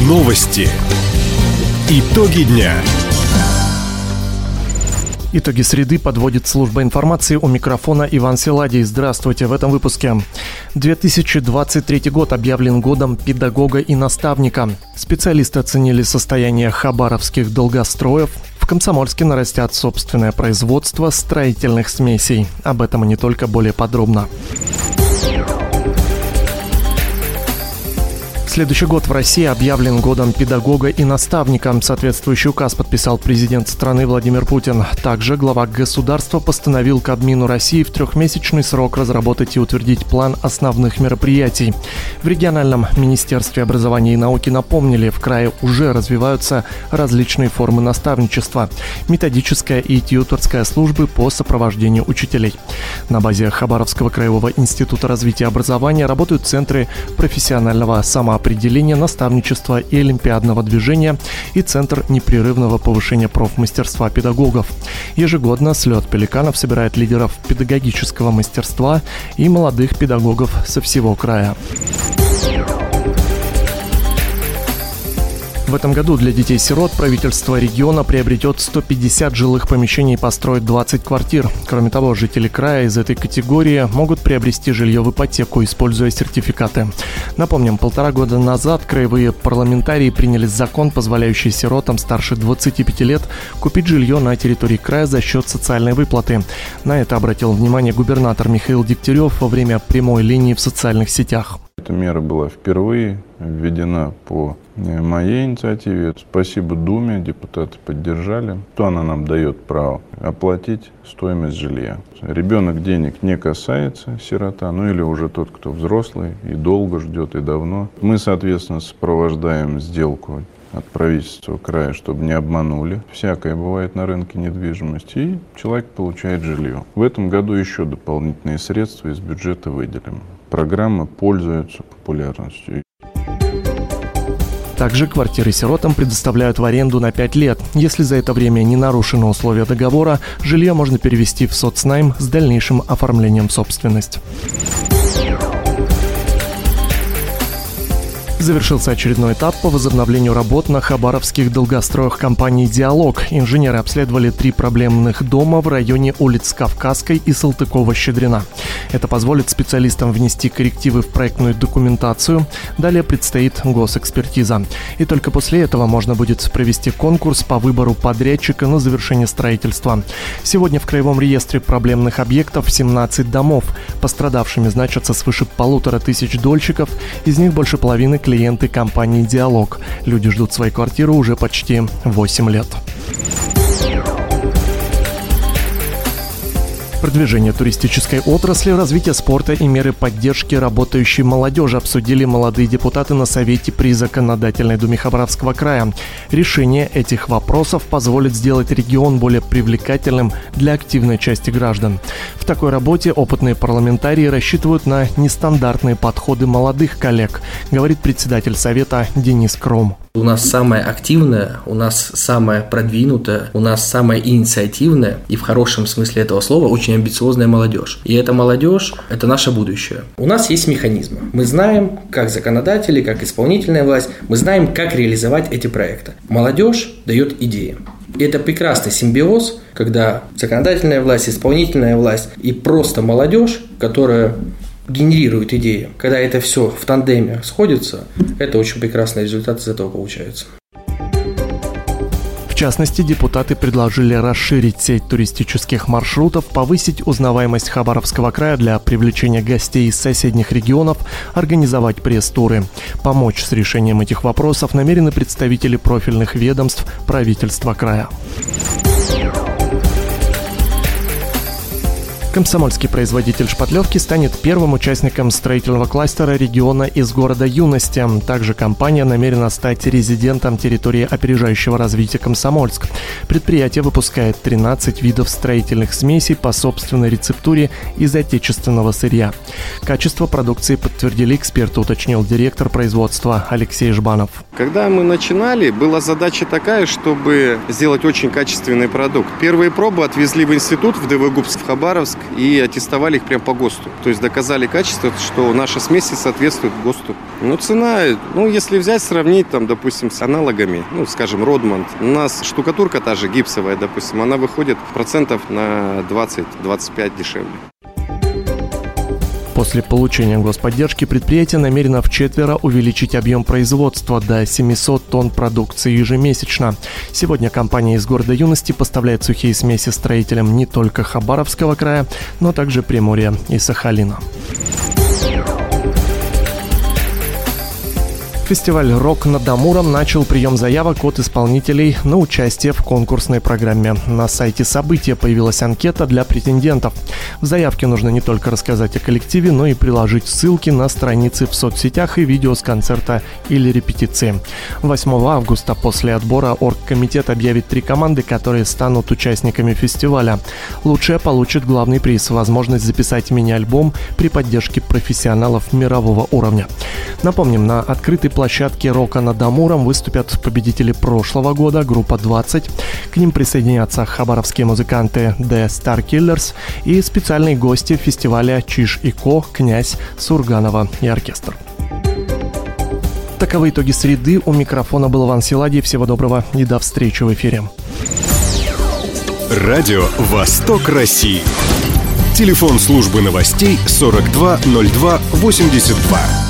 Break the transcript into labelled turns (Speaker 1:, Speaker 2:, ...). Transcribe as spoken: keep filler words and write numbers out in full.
Speaker 1: Новости. Итоги дня.
Speaker 2: Итоги среды подводит служба информации. У микрофона Иван Силадий. Здравствуйте. В этом выпуске. две тысячи двадцать третий год объявлен годом педагога и наставника. Специалисты оценили состояние хабаровских долгостроев. В Комсомольске нарастят собственное производство строительных смесей. Об этом и не только, более подробно. Следующий год в России объявлен годом педагога и наставника. Соответствующий указ подписал президент страны Владимир Путин. Также глава государства постановил Кабмину России в трехмесячный срок разработать и утвердить план основных мероприятий. В региональном министерстве образования и науки напомнили, в крае уже развиваются различные формы наставничества. Методическая и тьюторская службы по сопровождению учителей. На базе Хабаровского краевого института развития образования работают центры профессионального самоопределения, определение наставничества и олимпиадного движения и Центр непрерывного повышения профмастерства педагогов. Ежегодно слет пеликанов собирает лидеров педагогического мастерства и молодых педагогов со всего края. В этом году для детей-сирот правительство региона приобретет сто пятьдесят жилых помещений и построит двадцать квартир. Кроме того, жители края из этой категории могут приобрести жилье в ипотеку, используя сертификаты. Напомним, полтора года назад краевые парламентарии приняли закон, позволяющий сиротам старше двадцати пяти лет купить жилье на территории края за счет социальной выплаты. На это обратил внимание губернатор Михаил Дегтярев во время прямой линии в социальных сетях.
Speaker 3: Эта мера была впервые введена по моей инициативе. Спасибо Думе, депутаты поддержали. То она нам дает право оплатить стоимость жилья. Ребенок денег не касается, сирота, ну или уже тот, кто взрослый и долго ждет, и давно. Мы, соответственно, сопровождаем сделку от правительства края, чтобы не обманули. Всякое бывает на рынке недвижимости, и человек получает жилье. В этом году еще дополнительные средства из бюджета выделим. Программа пользуется популярностью.
Speaker 2: Также квартиры сиротам предоставляют в аренду на пять лет. Если за это время не нарушены условия договора, жилье можно перевести в соцнайм с дальнейшим оформлением в собственность. Завершился очередной этап по возобновлению работ на хабаровских долгостроях компании «Диалог». Инженеры обследовали три проблемных дома в районе улиц Кавказской и Салтыкова-Щедрина. Это позволит специалистам внести коррективы в проектную документацию. Далее предстоит госэкспертиза. И только после этого можно будет провести конкурс по выбору подрядчика на завершение строительства. Сегодня в краевом реестре проблемных объектов семнадцать домов. Пострадавшими значатся свыше полутора тысяч дольщиков. Из них больше половины клиенты компании «Диалог». Люди ждут свои квартиры уже почти восемь лет. Продвижение туристической отрасли, развитие спорта и меры поддержки работающей молодежи обсудили молодые депутаты на Совете при Законодательной Думе Хабаровского края. Решение этих вопросов позволит сделать регион более привлекательным для активной части граждан. В такой работе опытные парламентарии рассчитывают на нестандартные подходы молодых коллег, говорит председатель Совета Денис Кром.
Speaker 4: У нас самая активная, у нас самая продвинутая, у нас самая инициативная и в хорошем смысле этого слова очень амбициозная молодежь. И эта молодежь – это наше будущее. У нас есть механизмы. Мы знаем, как законодатели, как исполнительная власть, мы знаем, как реализовать эти проекты. Молодежь дает идеи. И это прекрасный симбиоз, когда законодательная власть, исполнительная власть и просто молодежь, которая генерирует идеи. Когда это все в тандеме сходится, это очень прекрасный результат из этого получается.
Speaker 2: В частности, депутаты предложили расширить сеть туристических маршрутов, повысить узнаваемость Хабаровского края для привлечения гостей из соседних регионов, организовать пресс-туры. Помочь с решением этих вопросов намерены представители профильных ведомств правительства края. Комсомольский производитель шпатлевки станет первым участником строительного кластера региона из города юности. Также компания намерена стать резидентом территории опережающего развития Комсомольск. Предприятие выпускает тринадцать видов строительных смесей по собственной рецептуре из отечественного сырья. Качество продукции подтвердили эксперты, уточнил директор производства Алексей Жбанов.
Speaker 5: Когда мы начинали, была задача такая, чтобы сделать очень качественный продукт. Первые пробы отвезли в институт в ДВГУПС в Хабаровск. и аттестовали их прям по ГОСТу. То есть доказали качество, что наши смеси соответствуют ГОСТу. Ну, цена, ну, если взять, сравнить, там, допустим, с аналогами, ну, скажем, Родмонд, у нас штукатурка та же гипсовая, допустим, она выходит процентов на двадцать-двадцать пять дешевле.
Speaker 2: После получения господдержки предприятие намерено вчетверо увеличить объем производства до семисот тонн продукции ежемесячно. Сегодня компания из города Юности поставляет сухие смеси строителям не только Хабаровского края, но также Приморья и Сахалина. Фестиваль «Рок над Амуром» начал прием заявок от исполнителей на участие в конкурсной программе. На сайте события появилась анкета для претендентов. В заявке нужно не только рассказать о коллективе, но и приложить ссылки на страницы в соцсетях и видео с концерта или репетиции. восьмого августа после отбора оргкомитет объявит три команды, которые станут участниками фестиваля. Лучшая получит главный приз – возможность записать мини-альбом при поддержке профессионалов мирового уровня. Напомним, на открытой площадке «Рока над Амуром» выступят победители прошлого года, группа двадцать. К ним присоединятся хабаровские музыканты The Star Killers и специальные гости фестиваля Чиж и Ко, Князь, Сурганова и оркестр. Таковы итоги среды. У микрофона был Иван Силадий. Всего доброго и до встречи в эфире.
Speaker 1: Радио «Восток России». Телефон службы новостей сорок два ноль два восемьдесят два.